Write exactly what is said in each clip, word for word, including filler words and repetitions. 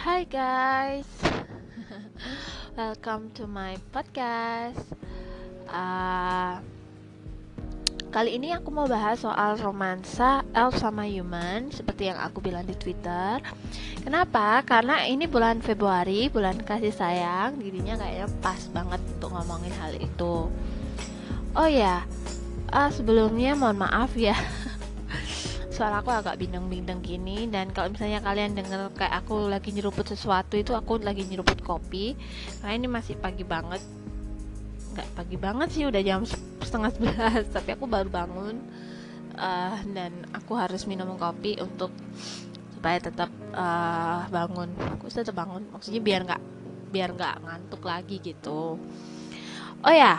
Hai guys, welcome to my podcast. Uh, kali ini aku mau bahas soal romansa elf sama human, seperti yang aku bilang di Twitter. Kenapa? Karena ini bulan Februari, bulan kasih sayang, jadinya kayaknya pas banget untuk ngomongin hal itu. Oh ya, uh, sebelumnya mohon maaf ya. Suara aku agak bindeng-bindeng gini, dan kalau misalnya kalian denger kayak aku lagi nyeruput sesuatu, itu aku lagi nyeruput kopi karena ini masih pagi banget. Nggak pagi banget sih, udah jam setengah sebelas, tapi aku baru bangun, uh, dan aku harus minum kopi untuk supaya tetap uh, bangun. Aku tetap bangun, maksudnya biar nggak biar nggak ngantuk lagi gitu. Oh ya,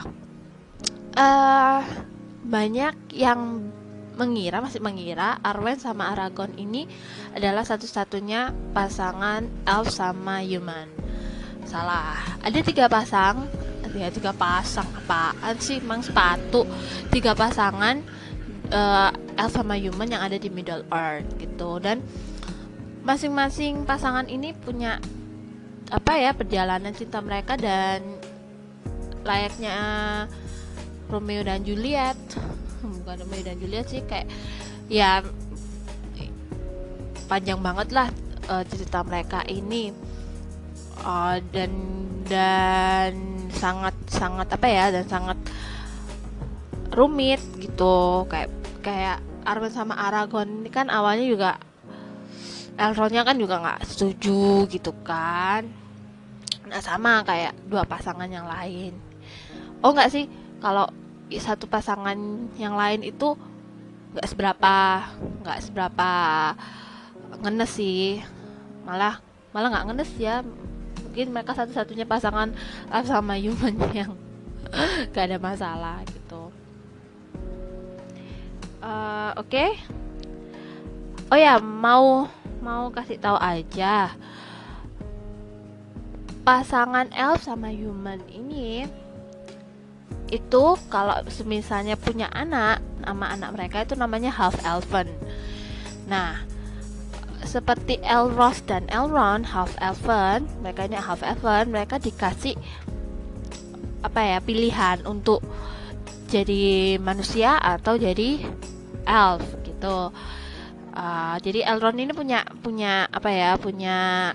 uh, banyak yang mengira, masih mengira Arwen sama Aragorn ini adalah satu-satunya pasangan elf sama human. Salah, ada tiga pasang, ya tiga pasang apaan sih, emang sepatu, tiga pasangan uh, elf sama human yang ada di Middle Earth gitu. Dan masing-masing pasangan ini punya apa ya, perjalanan cinta mereka, dan layaknya Romeo dan Juliet, bukan Romeo dan Juliet sih, kayak ya panjang banget lah uh, cerita mereka ini, uh, dan dan sangat sangat apa ya dan sangat rumit gitu. Kayak kayak Arwen sama Aragorn ini kan awalnya juga Elrondnya kan juga nggak setuju gitu kan. Nah, sama kayak dua pasangan yang lain. Oh nggak sih, kalau satu pasangan yang lain itu nggak seberapa nggak seberapa ngenes sih, malah malah nggak ngenes ya. Mungkin mereka satu-satunya pasangan elf sama human yang nggak ada masalah gitu. Uh, Oke, okay. Oh ya, mau mau kasih tahu aja, pasangan elf sama human ini itu kalau misalnya punya anak, nama anak mereka itu namanya half elven. Nah, seperti Elros dan Elrond, half elven, mereka ini half elven, mereka dikasih apa ya, pilihan untuk jadi manusia atau jadi elf gitu. Uh, jadi Elrond ini punya punya apa ya, punya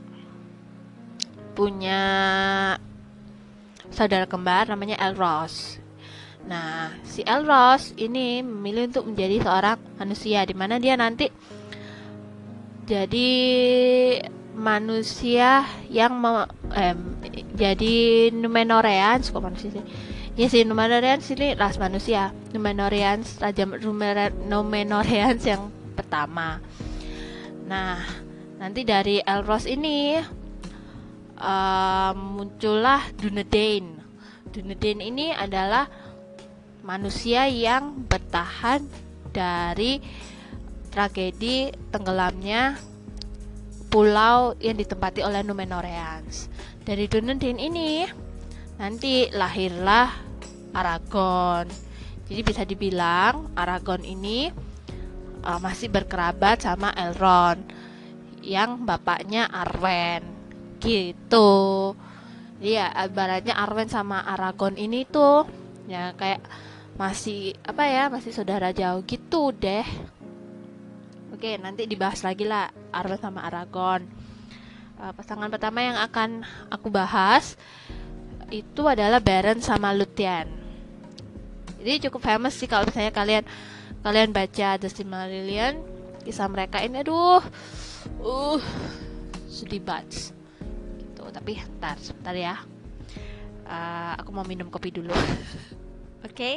punya saudara kembar namanya Elros. Nah, si Elros ini memilih untuk menjadi seorang manusia, di mana dia nanti jadi manusia yang me, eh, jadi Numenoreans, kok manusia sih? Ya si Numenoreans ini ras manusia, Numenoreans, raja Numenoreans yang pertama. Nah, nanti dari Elros ini uh, muncullah Dunedain. Dunedain ini adalah manusia yang bertahan dari tragedi tenggelamnya pulau yang ditempati oleh Numenoreans. Dari Dunedain ini nanti lahirlah Aragorn. Jadi bisa dibilang Aragorn ini uh, masih berkerabat sama Elrond yang bapaknya Arwen gitu. Jadi ya ibaratnya Arwen sama Aragorn ini tuh ya kayak masih apa ya, masih saudara jauh gitu deh. Oke, nanti dibahas lagi lah Arwen sama Aragorn. Uh, pasangan pertama yang akan aku bahas itu adalah Beren sama Luthien. Jadi cukup famous sih kalau misalnya kalian kalian baca The Silmarillion, kisah mereka ini aduh uh sedih banget gitu. Tapi ntar sebentar ya, uh, aku mau minum kopi dulu. Oke. Okay?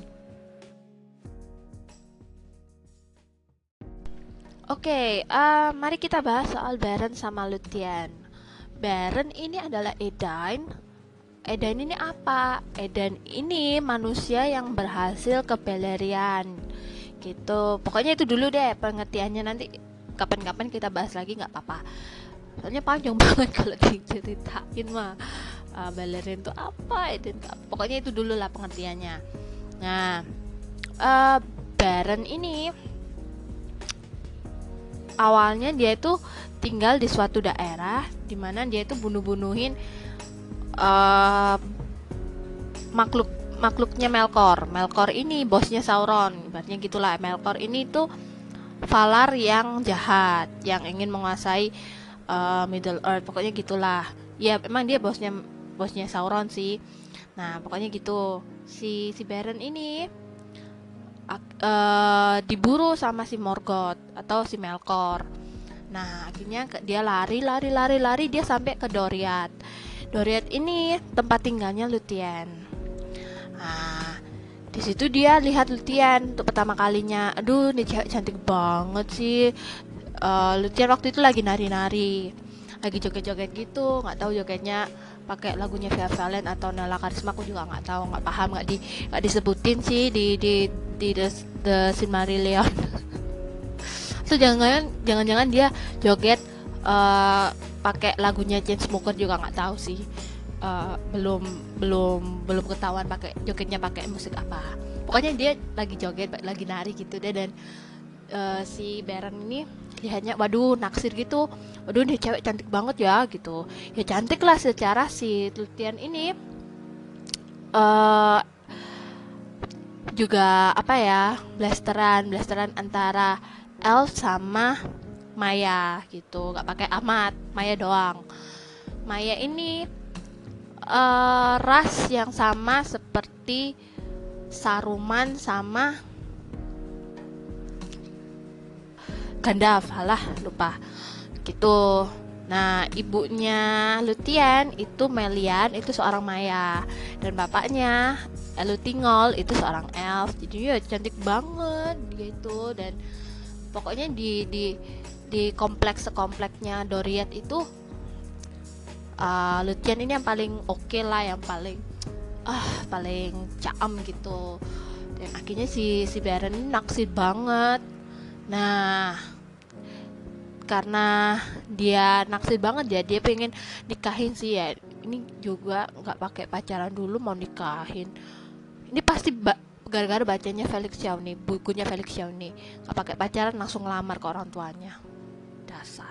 Oke, okay, uh, mari kita bahas soal Beren sama Luthien. Beren ini adalah Edain. Edain ini apa? Edain ini manusia yang berhasil ke Beleriand gitu. Pokoknya itu dulu deh pengertiannya, nanti kapan-kapan kita bahas lagi nggak apa-apa. Soalnya panjang banget kalau diceritain mah. Uh, Beleriand itu apa? Edain itu apa? Pokoknya itu dulu lah pengertiannya. Nah, uh, Beren ini awalnya dia itu tinggal di suatu daerah dimana dia itu bunuh-bunuhin uh, makhluk makhluknya Melkor. Melkor ini bosnya Sauron, ibaratnya gitulah. Melkor ini tuh Valar yang jahat, yang ingin menguasai uh, Middle Earth, pokoknya gitulah. Ya emang dia bosnya bosnya Sauron sih. Nah pokoknya gitu. Si si Beren ini uh, diburu sama si Morgoth atau si Melkor. Nah akhirnya dia lari lari lari lari dia sampai ke Doriath. Doriath ini tempat tinggalnya Luthien. Nah, di situ dia lihat Luthien untuk pertama kalinya. Aduh, ini cewek cantik banget sih. Uh, Luthien waktu itu lagi nari-nari, lagi joget-joget gitu. Nggak tahu jogetnya pakai lagunya Via Valen atau Nala Karisma, aku juga nggak tahu, nggak paham, nggak di nggak disebutin sih di di di The, the Silmarillion. So jangan-jangan jangan-jangan dia joget uh, pakai lagunya Chainsmokers juga nggak tahu sih. Uh, belum belum belum ketahuan pakai jogetnya pakai musik apa. Pokoknya dia lagi joget, lagi nari gitu deh. Dan uh, si Beren ini lihatnya, waduh naksir gitu. Waduh ini cewek cantik banget ya gitu. Ya cantik lah secara si Luthien ini uh, juga apa ya, blasteran blasteran antara elf sama Maya gitu. Gak pakai amat, Maya doang. Maya ini Uh, ras yang sama seperti Saruman sama Gandalf, alah lupa gitu. Nah ibunya Luthien itu Melian, itu seorang Maya, dan bapaknya Eleuthingol itu seorang elf. Jadi ya cantik banget gitu. Dan pokoknya di di di kompleks sekompleknya Doriath itu Uh, Luthien ini yang paling oke okay lah, yang paling ah paling caem gitu. Dan akhirnya si si Beren ini naksir banget. Nah karena dia naksir banget ya, dia pengen nikahin sih ya. Ini juga nggak pakai pacaran dulu mau nikahin. Ini pasti ba- gara-gara bacanya Felix Xiaoни, bukunya Felix Xiaoni. Nggak pakai pacaran langsung lamar ke orang tuanya. Dasar.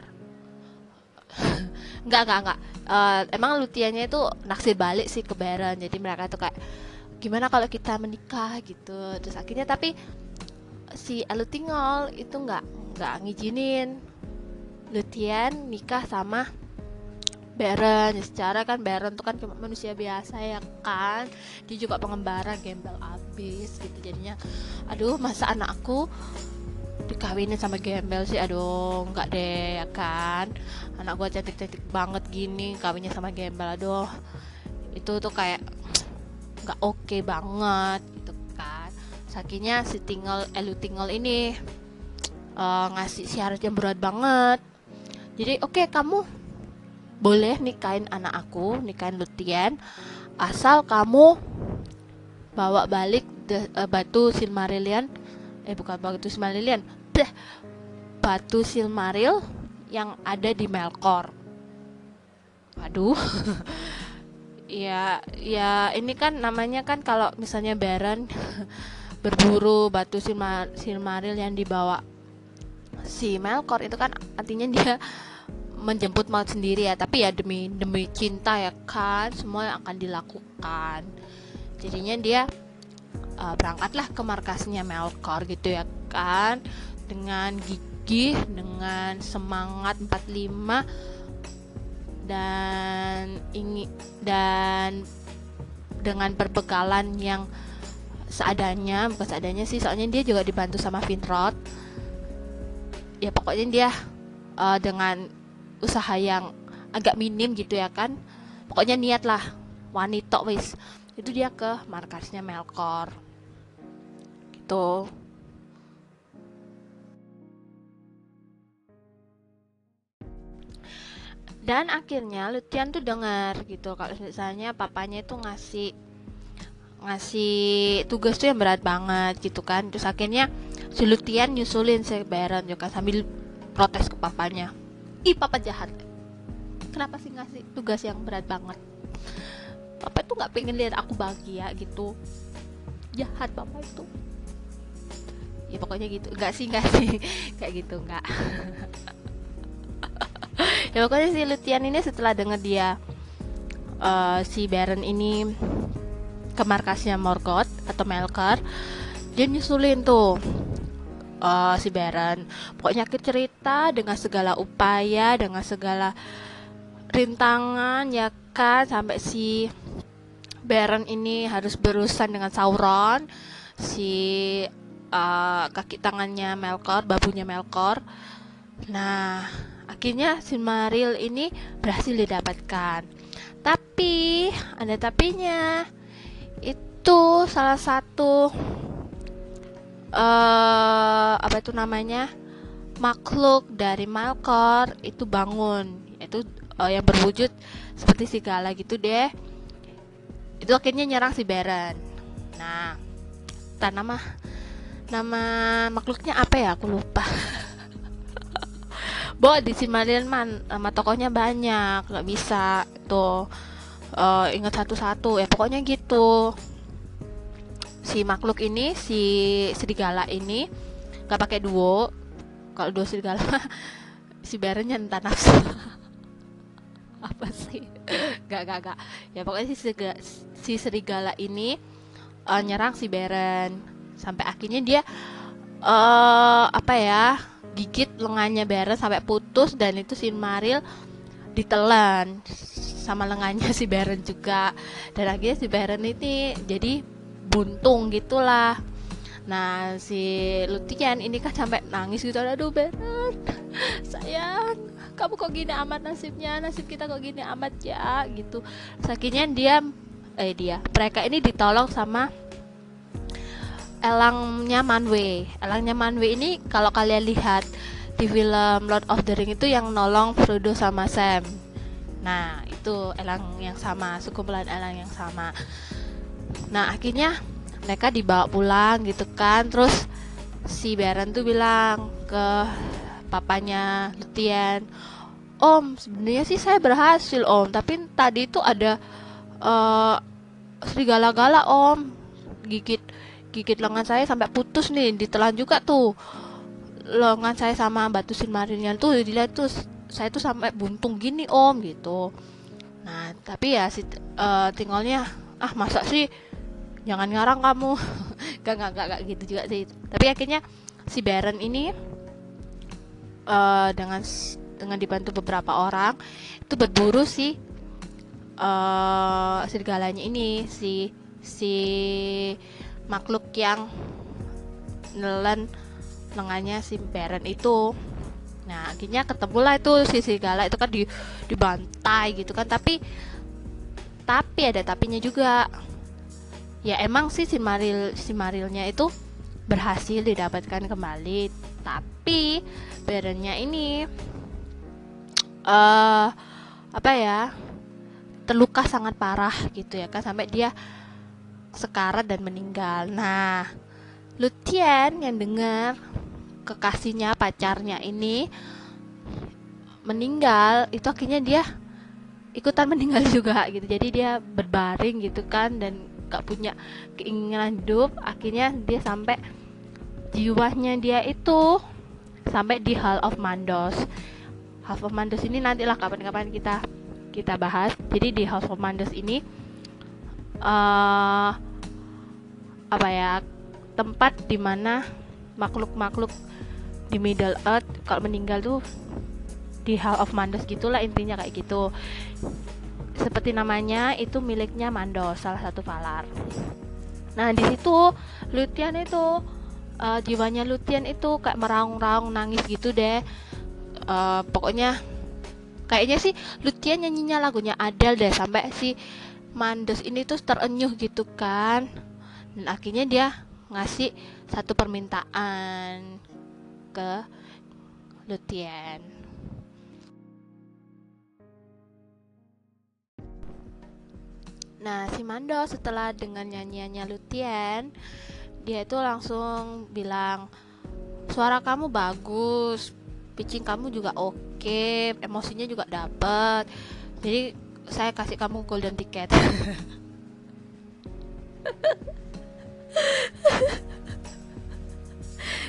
Enggak, enggak, enggak. Uh, emang Luthiennya itu naksir balik sih ke Beren. Jadi mereka tuh kayak gimana kalau kita menikah gitu. Terus akhirnya tapi si Eleuthingol itu enggak enggak ngizinin Luthien nikah sama Beren. Ya, secara kan Beren tuh kan cuma manusia biasa ya kan. Dia juga pengembara, gembel abis gitu. Jadinya aduh, masa anakku dikawinin sama gembel sih, aduh nggak deh ya kan. Anak gua cantik-cantik banget gini kawinnya sama gembel, aduh itu tuh kayak nggak oke okay banget gitu kan. Sakinya si tinggal Eleuthingol ini uh, ngasih syarat yang berat banget. Jadi oke okay, kamu boleh nikahin anak aku, nikahin Luthien, asal kamu bawa balik de, uh, batu Silmarillion. Eh bukan batu Silmarillion, Bleh, batu Silmaril yang ada di Melkor. Aduh. ya, ya ini kan namanya kan kalau misalnya Beren berburu batu Silmar, Silmaril yang dibawa si Melkor itu kan artinya dia menjemput maut sendiri ya. Tapi ya demi demi cinta ya kan, semua yang akan dilakukan. Jadinya dia Uh, berangkatlah ke markasnya Melkor gitu ya kan, dengan gigih, dengan semangat empat puluh lima dan ingin dan dengan perbekalan yang seadanya, bukan seadanya sih, soalnya dia juga dibantu sama Finrod. Ya pokoknya dia uh, dengan usaha yang agak minim gitu ya kan, pokoknya niat lah wanita wis, itu dia ke markasnya Melkor gitu. Dan akhirnya Luthien tuh dengar gitu kalau misalnya papanya itu ngasih ngasih tugas tuh yang berat banget gitu kan. Terus akhirnya si Luthien nyusulin si Beren juga sambil protes ke papanya, ih papa jahat, kenapa sih ngasih tugas yang berat banget, papa tuh nggak pengen lihat aku bahagia gitu, jahat papa itu. Ya pokoknya gitu. Enggak sih, enggak sih. Kayak gitu, enggak. Ya pokoknya si Lucian ini setelah denger dia uh, si Baron ini ke markasnya Morgoth atau Melkor, dia nyusulin tuh uh, si Baron. Pokoknya akhir cerita dengan segala upaya, dengan segala rintangan ya kan, sampai si Baron ini harus berurusan dengan Sauron, si uh, kaki tangannya Melkor, babunya Melkor. Nah, akhirnya Silmaril ini berhasil didapatkan. Tapi ada tapinya. Itu salah satu uh, apa itu namanya? makhluk dari Melkor itu bangun. Itu uh, yang berwujud seperti serigala gitu deh. Itu akhirnya nyerang si Baron. Nah, tak nama nama makhluknya apa ya? Aku lupa. Bo di Silmarillion man nama tokohnya banyak, nggak bisa tuh uh, ingat satu-satu ya, pokoknya gitu. Si makhluk ini, si serigala ini nggak pakai duo. Kalau duo serigala si Baronnya entah nafsu. Apa sih? Gak, gak, gak. Ya pokoknya si, serigala, si serigala ini uh, nyerang si Baron sampai akhirnya dia uh, apa ya? gigit lengannya Baron sampai putus, dan itu Silmaril ditelan sama lengannya si Baron juga, dan akhirnya si Baron ini jadi buntung gitulah. Nah si Luthien ini kan sampai nangis gitu, aduh Baron sayang, kamu kok gini amat nasibnya, nasib kita kok gini amat ya gitu. Terus akhirnya dia eh dia mereka ini ditolong sama elangnya Manwë. Elangnya Manwë ini kalau kalian lihat di film Lord of the Ring itu yang nolong Frodo sama Sam. Nah, itu elang yang sama, sekumpulan elang yang sama. Nah, akhirnya mereka dibawa pulang gitu kan. Terus si Baron tuh bilang ke papanya Luthien, "Om, sebenarnya sih saya berhasil, Om, tapi tadi itu ada uh, serigala-gala, Om. Gigit gigit lengan saya sampai putus nih, ditelan juga tuh lengan saya sama batu Silmarillion tuh, dilihat tuh saya tuh sampai buntung gini Om," gitu. Nah tapi ya si uh, tinggalnya ah masa sih, jangan ngarang kamu. gak, gak gak gak gitu juga sih. Tapi akhirnya si Baron ini uh, dengan dengan dibantu beberapa orang itu berburu si uh, serigalanya ini, si si makhluk yang nelen lengannya si Baron itu. Nah akhirnya ketemulah itu si serigala itu kan di, dibantai gitu kan, tapi tapi ada tapinya juga. Ya emang sih si Maril si Marilnya itu berhasil didapatkan kembali, tapi Baronnya ini uh, apa ya terluka sangat parah gitu ya kan, sampai dia sekarat dan meninggal. Nah, Luthien yang dengar kekasihnya, pacarnya ini meninggal, itu akhirnya dia ikutan meninggal juga gitu. Jadi dia berbaring gitu kan, dan gak punya keinginan hidup. Akhirnya dia sampai jiwanya dia itu sampai di Hall of Mandos. Hall of Mandos ini nantilah kapan-kapan kita kita bahas. Jadi di Hall of Mandos ini uh, apa ya, tempat dimana makhluk-makhluk di Middle Earth kalau meninggal tuh di Hall of Mandos gitulah, intinya kayak gitu. Seperti namanya, itu miliknya Mandos, salah satu Valar. Nah di situ Luthien itu uh, jiwanya Luthien itu kayak meraung-raung nangis gitu deh. Uh, pokoknya kayaknya sih Luthien nyanyinya lagunya Adele deh, sampai si Mandos ini tuh terenyuh gitu kan. Dan akhirnya dia ngasih satu permintaan ke Luthien. Nah si Mandos setelah dengan nyanyiannya Luthien, dia itu langsung bilang, suara kamu bagus, pitching kamu juga oke, emosinya juga dapet, jadi saya kasih kamu golden ticket.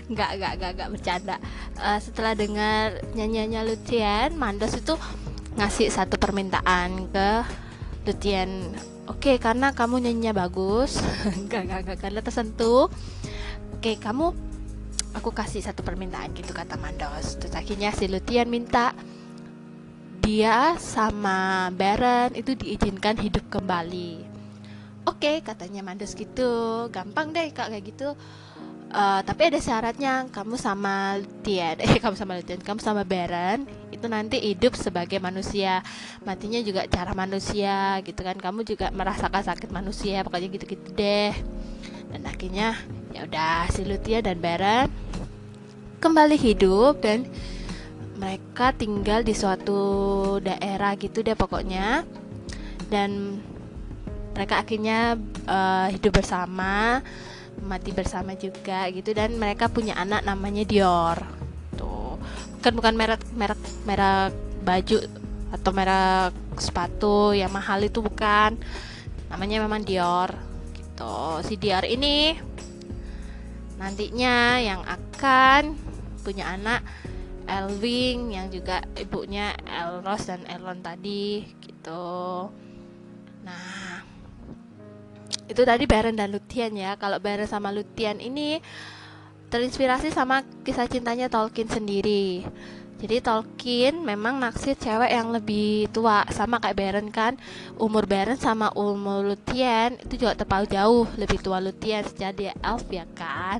nggak nggak nggak nggak bercanda. Uh, setelah dengar nyanyiannya Lucian, Mandos itu ngasih satu permintaan ke Lucian. Oke, karena kamu nyanyinya bagus, nggak nggak nggak karena tersentuh. Oke, kamu, aku kasih satu permintaan gitu, kata Mandos. Terus akhirnya si Lucian minta dia sama Beren itu diizinkan hidup kembali. Oke, katanya Mandos gitu, gampang deh kak kayak gitu. Uh, tapi ada syaratnya, kamu sama Lutien, eh kamu sama Lutien, kamu sama Beren itu nanti hidup sebagai manusia, matinya juga cara manusia gitu kan, kamu juga merasakan sakit manusia, pokoknya gitu-gitu deh. Dan akhirnya ya udah, si Lutien dan Beren kembali hidup dan mereka tinggal di suatu daerah gitu deh pokoknya. Dan mereka akhirnya uh, hidup bersama, mati bersama juga gitu, dan mereka punya anak namanya Dior. Tuh, bukan bukan merek merek merek baju atau merek sepatu yang mahal itu, bukan. Namanya memang Dior. Gitu. Si Dior ini nantinya yang akan punya anak Elwing, yang juga ibunya Elros dan Elrond tadi gitu. Nah, itu tadi Beren dan Luthien ya. Kalau Beren sama Luthien ini terinspirasi sama kisah cintanya Tolkien sendiri. Jadi Tolkien memang naksir cewek yang lebih tua, sama kayak Beren kan. Umur Beren sama umur Luthien itu juga terpaut jauh, lebih tua Luthien secara dia elf ya kan.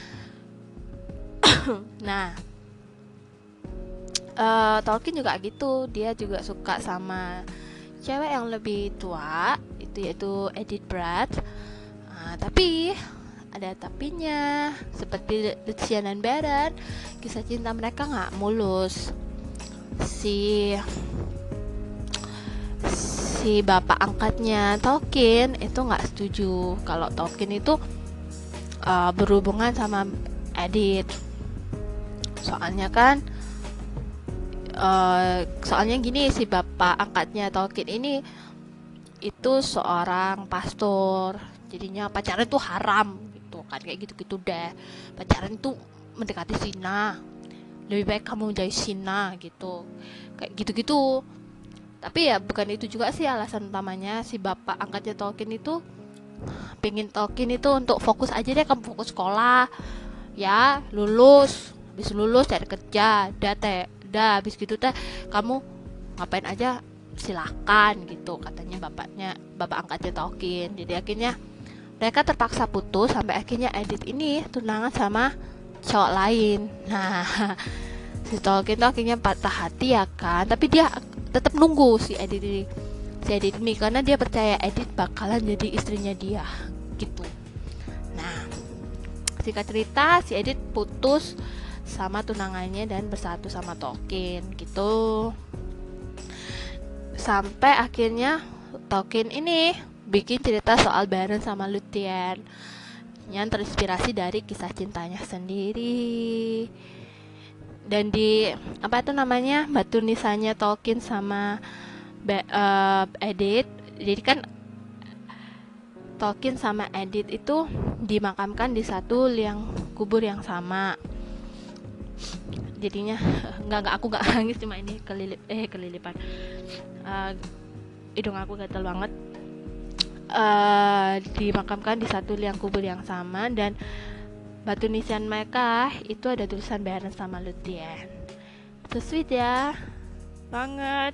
Nah, uh, Tolkien juga gitu, dia juga suka sama cewek yang lebih tua, itu yaitu Edith Bratt. Nah, tapi ada tapinya, seperti Lucian dan Beren, kisah cinta mereka nggak mulus. Si si bapak angkatnya Tolkien itu nggak setuju kalau Tolkien itu uh, berhubungan sama Edith. Soalnya kan Uh, soalnya gini, si bapak angkatnya Tolkien ini itu seorang pastor, jadinya pacaran tuh haram gitu kan, kayak gitu-gitu deh. Pacaran tuh mendekati zina, lebih baik kamu menjadi zina gitu, kayak gitu-gitu. Tapi ya bukan itu juga sih alasan utamanya. Si bapak angkatnya Tolkien itu pengen Tolkien itu untuk fokus aja deh, kamu fokus sekolah ya, lulus, habis lulus cari kerja, dah teh udah, habis gitu teh kamu ngapain aja silakan gitu, katanya bapaknya, bapak angkatnya Tolkien. Jadi akhirnya mereka terpaksa putus, sampai akhirnya Edith ini tunangan sama cowok lain. Nah, si Tolkien tuh akhirnya patah hati ya kan, tapi dia tetap nunggu si Edith ini, si Edith ini, karena dia percaya Edith bakalan jadi istrinya dia gitu. Nah, singkat cerita, si Edith putus sama tunangannya dan bersatu sama Tolkien gitu. Sampai akhirnya Tolkien ini bikin cerita soal Beren sama Luthien yang terinspirasi dari kisah cintanya sendiri. Dan di apa itu namanya, batu nisannya Tolkien sama Be- uh, Edith. Jadi kan Tolkien sama Edith itu dimakamkan di satu liang kubur yang sama. Jadinya nggak nggak aku nggak nangis, cuma ini kelilip eh kelilipan uh, hidung aku gatal banget. Uh, dimakamkan di satu liang kubur yang sama, dan batu nisan mereka itu ada tulisan Beren sama Luthien. So sweet ya, banget.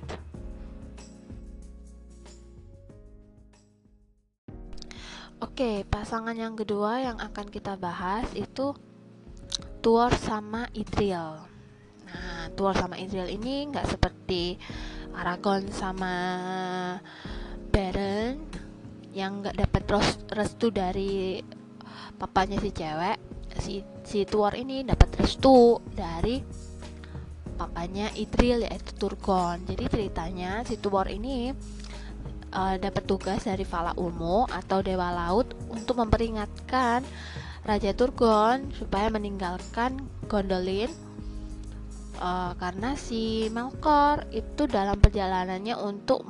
Oke, pasangan yang kedua yang akan kita bahas itu Tuor sama Idril. Nah, Tuor sama Idril ini nggak seperti Aragorn sama Beren yang nggak dapat restu dari papanya si cewek. Si si Tuor ini dapat restu dari papanya Idril, yaitu Turgon. Jadi ceritanya si Tuor ini uh, dapat tugas dari Vala Ulmo atau Dewa Laut untuk memperingatkan Raja Turgon supaya meninggalkan Gondolin, uh, karena si Melkor itu dalam perjalanannya untuk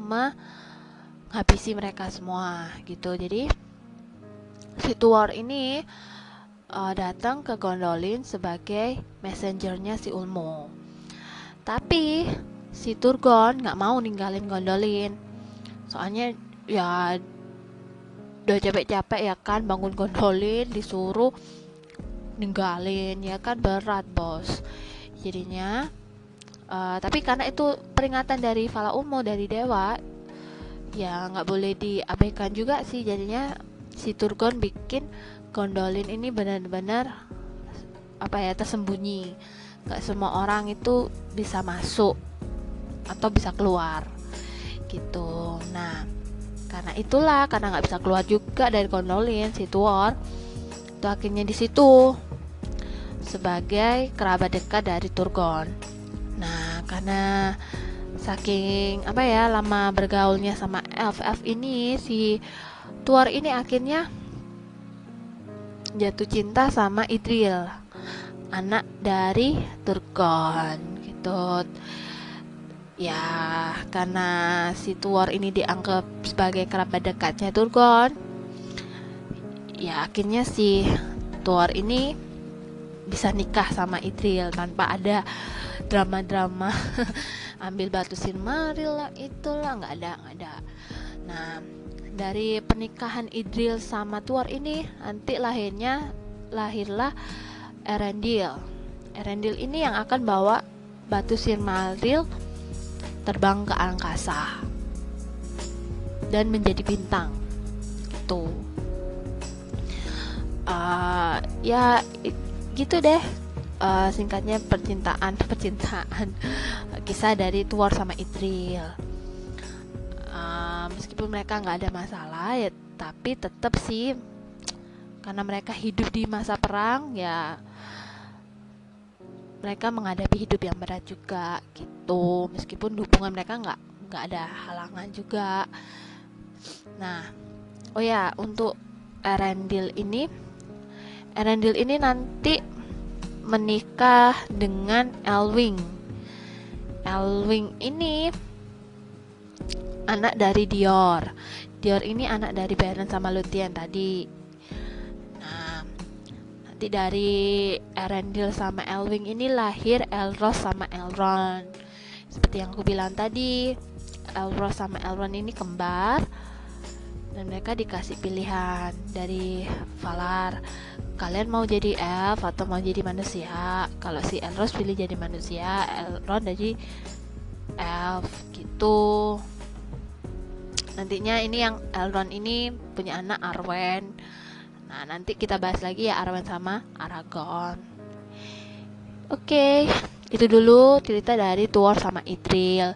menghabisi mereka semua gitu. Jadi si Tuor ini uh, datang ke Gondolin sebagai messengernya si Ulmo. Tapi si Turgon nggak mau ninggalin Gondolin, soalnya ya udah capek-capek ya kan bangun Gondolin, disuruh ninggalin ya kan, berat bos. Jadinya uh, tapi karena itu peringatan dari Fala Ulmo, dari dewa, ya nggak boleh diabaikan juga sih. Jadinya si Turgon bikin Gondolin ini benar-benar apa ya, tersembunyi, nggak semua orang itu bisa masuk atau bisa keluar gitu. Nah karena itulah, karena nggak bisa keluar juga dari Gondolin, si Tuor itu akhirnya di situ sebagai kerabat dekat dari Turgon. Nah karena saking apa ya lama bergaulnya sama elf-elf ini, si Tuor ini akhirnya jatuh cinta sama Idril, anak dari Turgon gitu. Ya karena si Tuor ini dianggap sebagai kerabat dekatnya Turgon, ya akhirnya si Tuor ini bisa nikah sama Idril tanpa ada drama-drama ambil batu Silmaril lah, itulah, nggak ada nggak ada. Nah dari pernikahan Idril sama Tuor ini nanti lahirnya lahirlah Erendil. Erendil ini yang akan bawa batu Silmaril terbang ke angkasa dan menjadi bintang gitu. Uh, ya gitu deh, uh, singkatnya percintaan percintaan kisah dari Tuor sama Idril. Uh, meskipun mereka nggak ada masalah ya, tapi tetap sih karena mereka hidup di masa perang, ya mereka menghadapi hidup yang berat juga gitu, meskipun hubungan mereka nggak nggak ada halangan juga. Nah oh ya, untuk Erendil ini Erendil ini nanti menikah dengan Elwing. Elwing ini anak dari Dior. Dior ini anak dari Beren sama Luthien tadi. Nah nanti dari Erendil sama Elwing ini lahir Elros sama Elrond. Seperti yang aku bilang tadi, Elros sama Elrond ini kembar, dan mereka dikasih pilihan dari Valar, kalian mau jadi elf atau mau jadi manusia. Kalau si Elros pilih jadi manusia, Elrond jadi elf gitu. Nantinya ini yang Elrond ini punya anak Arwen. Nah nanti kita bahas lagi ya Arwen sama Aragorn. Oke, itu dulu cerita dari Tuor sama Idril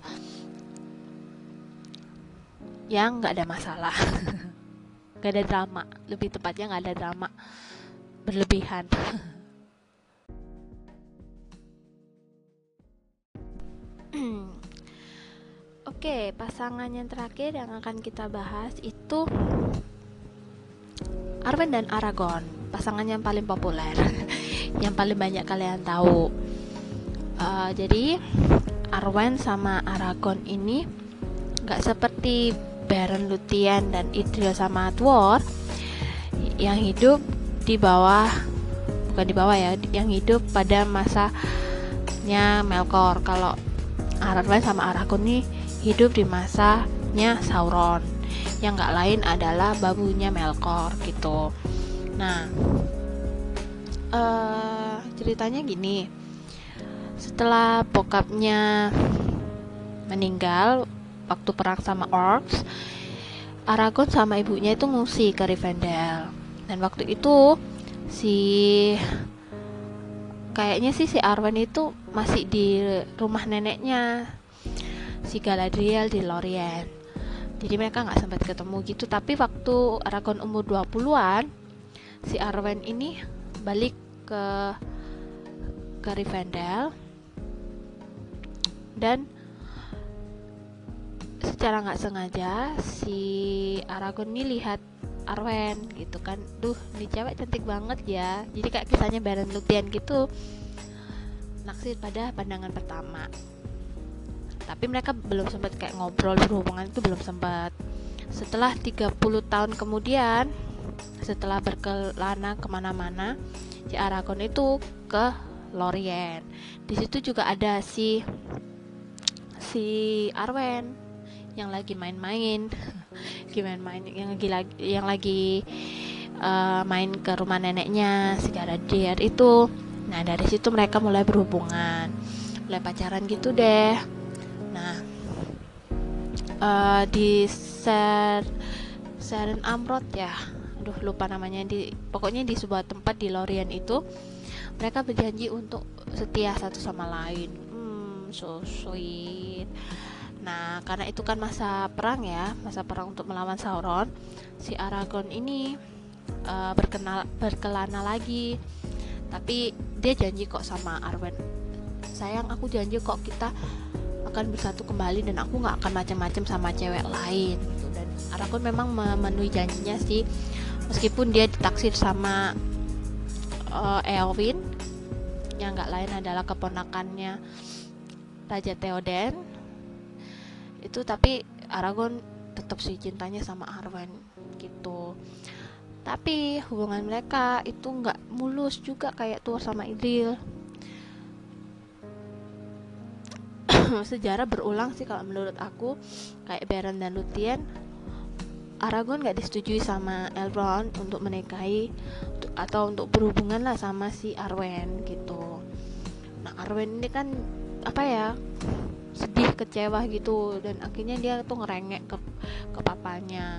yang nggak ada masalah, nggak ada drama, lebih tepatnya nggak ada drama berlebihan. Oke, pasangan yang terakhir yang akan kita bahas itu Arwen dan Aragorn, pasangan yang paling populer, yang paling banyak kalian tahu. Uh, jadi Arwen sama Aragorn ini nggak seperti Beren, Luthien, dan Idril sama Tuor yang hidup di bawah, bukan di bawah ya, yang hidup pada masanya Melkor. Kalau Arwen sama Aragorn ini hidup di masanya Sauron, yang nggak lain adalah babunya Melkor gitu. Nah uh, ceritanya gini, setelah bokapnya meninggal waktu perang sama orcs, Aragorn sama ibunya itu ngungsi ke Rivendell. Dan waktu itu si kayaknya sih si Arwen itu masih di rumah neneknya si Galadriel di Lorien. Jadi mereka nggak sempat ketemu gitu. Tapi waktu Aragorn umur dua puluhan, si Arwen ini balik ke ke Rivendell, dan secara nggak sengaja si Aragorn ini lihat Arwen gitu kan, duh ini cewek cantik banget ya. Jadi kayak kisahnya Beren Luthien gitu, naksir pada pandangan pertama. Tapi mereka belum sempat kayak ngobrol, berhubungan itu belum sempat. Setelah tiga puluh tahun kemudian, setelah berkelana kemana-mana, si Aragorn itu ke Lorien. Di situ juga ada si si Arwen yang lagi main-main, gimana main yang lagi lagi yang lagi uh, main ke rumah neneknya si Galadriel itu. Nah dari situ mereka mulai berhubungan, mulai pacaran gitu deh. Nah uh, di Ser Seren Amrod ya, aduh lupa namanya, di pokoknya di sebuah tempat di Lorien itu mereka berjanji untuk setia satu sama lain. Hmm, so sweet. Nah, karena itu kan masa perang ya, masa perang untuk melawan Sauron. Si Aragorn ini uh, berkenal berkelana lagi. Tapi dia janji kok sama Arwen, sayang aku janji kok kita akan bersatu kembali dan aku nggak akan macam-macam sama cewek lain. Gitu. Dan Aragorn memang memenuhi janjinya sih, meskipun dia ditaksir sama uh, Eowyn yang nggak lain adalah keponakannya Raja Theoden itu, tapi Aragorn tetap sih cintanya sama Arwen gitu. Tapi hubungan mereka itu nggak mulus juga kayak Tuor sama Idril. Sejarah berulang sih kalau menurut aku, kayak Beren dan Luthien, Aragorn nggak disetujui sama Elrond untuk menikahi atau untuk berhubungan lah sama si Arwen gitu. Nah Arwen ini kan apa ya, sedih, kecewa gitu, dan akhirnya dia tuh ngerengek ke ke papanya,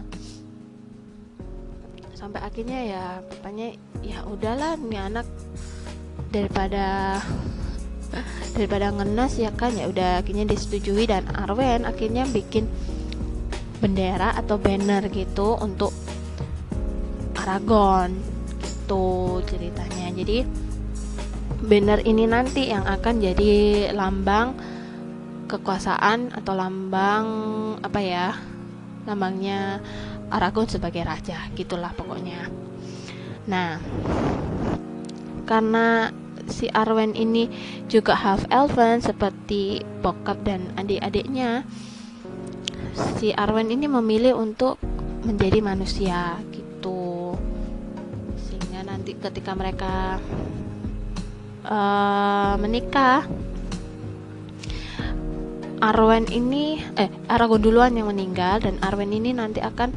sampai akhirnya ya papanya ya udahlah nih anak daripada daripada ngenes ya kan, ya udah akhirnya disetujui. Dan Arwen akhirnya bikin bendera atau banner gitu untuk Aragorn gitu ceritanya. Jadi banner ini nanti yang akan jadi lambang kekuasaan atau lambang apa ya, lambangnya Aragorn sebagai raja gitulah pokoknya. Nah karena si Arwen ini juga half elven seperti bokap dan adik-adiknya, si Arwen ini memilih untuk menjadi manusia gitu, sehingga nanti ketika mereka uh, menikah, Arwen ini eh Aragorn duluan yang meninggal dan Arwen ini nanti akan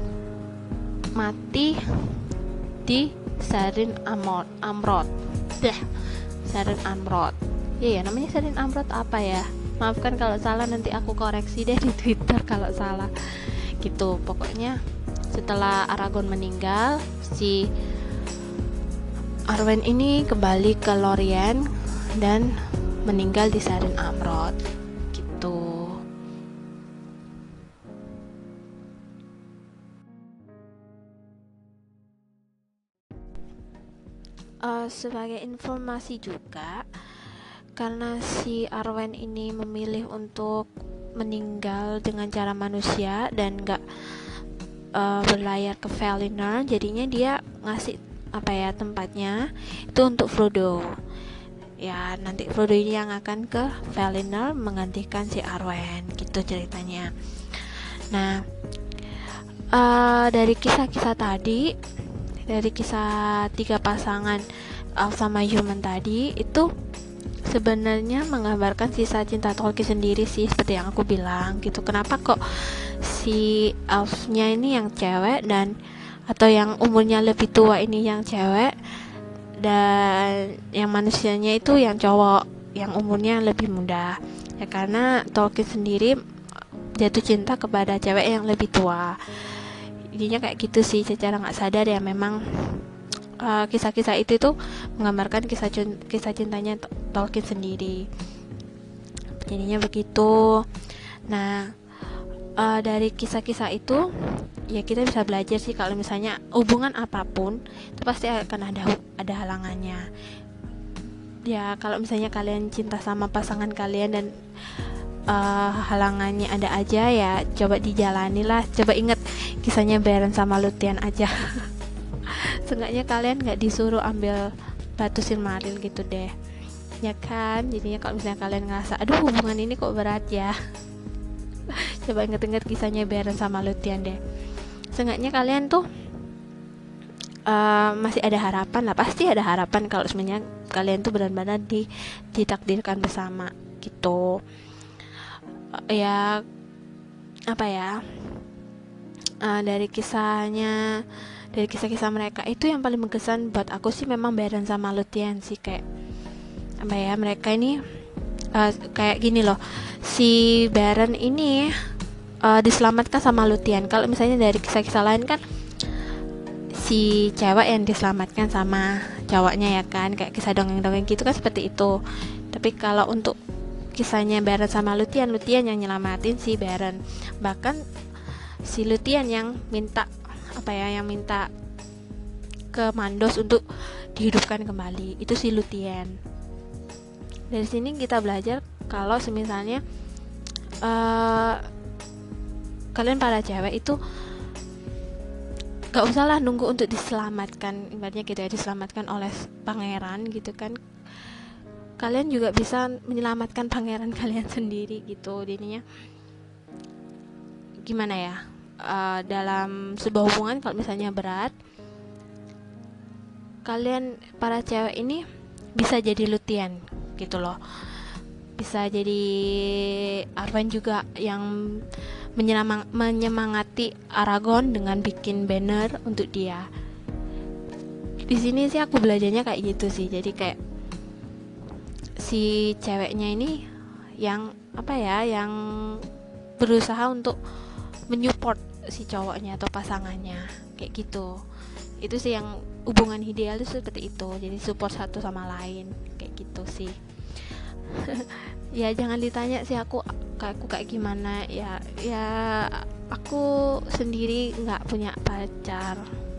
mati di Seren Amrod. Amrod. Dah. Seren Amrod. Iya ya, namanya Seren Amrod apa ya? Maafkan kalau salah, nanti aku koreksi deh di Twitter kalau salah. Gitu. Pokoknya setelah Aragorn meninggal, si Arwen ini kembali ke Lorien dan meninggal di Seren Amrod. Uh, sebagai informasi juga, karena si Arwen ini memilih untuk meninggal dengan cara manusia dan gak uh, berlayar ke Valinor, jadinya dia ngasih apa ya tempatnya itu untuk Frodo. Ya nanti Frodo ini yang akan ke Valinor menggantikan si Arwen gitu ceritanya. Nah uh, dari kisah-kisah tadi, dari kisah tiga pasangan Elf sama Human tadi itu sebenarnya menggambarkan kisah cinta Tolkien sendiri sih, seperti yang aku bilang gitu. Kenapa kok si elfnya ini yang cewek dan atau yang umurnya lebih tua ini yang cewek, dan yang manusianya itu yang cowok yang umurnya lebih muda? Ya karena Tolkien sendiri jatuh cinta kepada cewek yang lebih tua. Intinya kayak gitu sih, secara nggak sadar ya memang uh, kisah-kisah itu tuh menggambarkan kisah kisah cintanya Tolkien sendiri. Jadinya begitu. Nah uh, dari kisah-kisah itu ya kita bisa belajar sih kalau misalnya hubungan apapun itu pasti akan ada ada halangannya. Ya kalau misalnya kalian cinta sama pasangan kalian dan Uh, halangannya ada aja, ya coba dijalani lah. Coba inget kisahnya Beren sama Luthien aja. Seenggaknya kalian gak disuruh ambil batu Silmaril gitu deh, ya kan? Jadinya kalau misalnya kalian ngerasa aduh hubungan ini kok berat ya, coba inget-inget kisahnya Beren sama Luthien deh. Seenggaknya kalian tuh uh, masih ada harapan lah, pasti ada harapan kalau sebenarnya kalian tuh benar-benar di, ditakdirkan bersama gitu. Uh, ya apa ya uh, dari kisahnya dari kisah-kisah mereka itu yang paling berkesan buat aku sih memang Beren sama Luthien sih. Kayak apa ya, mereka ini uh, kayak gini loh, si Beren ini uh, diselamatkan sama Luthien. Kalau misalnya dari kisah-kisah lain kan si cewek yang diselamatkan sama cowoknya ya kan, kayak kisah dongeng-dongeng gitu kan seperti itu. Tapi kalau untuk kisahnya Beren sama Luthien, Luthien yang nyelamatin si Beren. Bahkan si Luthien yang minta apa ya yang minta ke Mandos untuk dihidupkan kembali, itu si Luthien. Dari sini kita belajar kalau semisalnya uh, kalian para cewek itu gak usah lah nunggu untuk diselamatkan, ibaratnya gitu ya, diselamatkan oleh pangeran gitu kan. Kalian juga bisa menyelamatkan pangeran kalian sendiri gitu. Jadinya gimana ya, uh, dalam sebuah hubungan kalau misalnya berat, kalian para cewek ini bisa jadi Luthien gitu loh, bisa jadi Arwen juga yang menyemang- menyemangati Aragorn dengan bikin banner untuk dia. Di sini sih aku belajarnya kayak gitu sih. Jadi kayak si ceweknya ini yang apa ya, yang berusaha untuk menyupport si cowoknya atau pasangannya kayak gitu. Itu sih yang hubungan ideal itu seperti itu, jadi support satu sama lain kayak gitu sih. Ya jangan ditanya sih aku kayak aku kayak gimana ya, ya aku sendiri nggak punya pacar.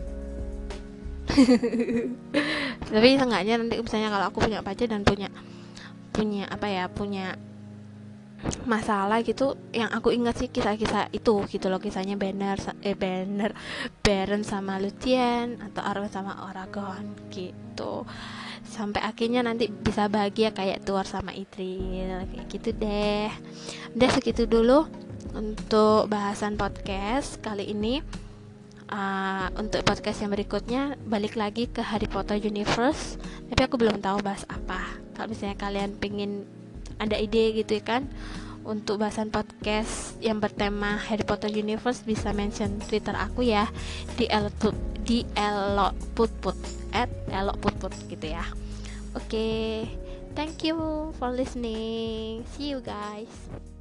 Tapi seenggaknya nanti misalnya kalau aku punya pacar dan punya punya apa ya punya masalah gitu, yang aku ingat sih kisah-kisah itu gitu loh, kisahnya Banner eh Banner Beren sama Luthien atau Arwen sama Aragorn gitu, sampai akhirnya nanti bisa bahagia kayak Tuor sama Idril kayak gitu deh. Udah segitu dulu untuk bahasan podcast kali ini. Uh, untuk podcast yang berikutnya balik lagi ke Harry Potter Universe, tapi aku belum tahu bahas apa. Kalau misalnya kalian pengen ada ide gitu ya kan untuk bahasan podcast yang bertema Harry Potter Universe, bisa mention Twitter aku ya di elput di elokputput at elokputput gitu ya. Oke, okay. Thank you for listening. See you guys.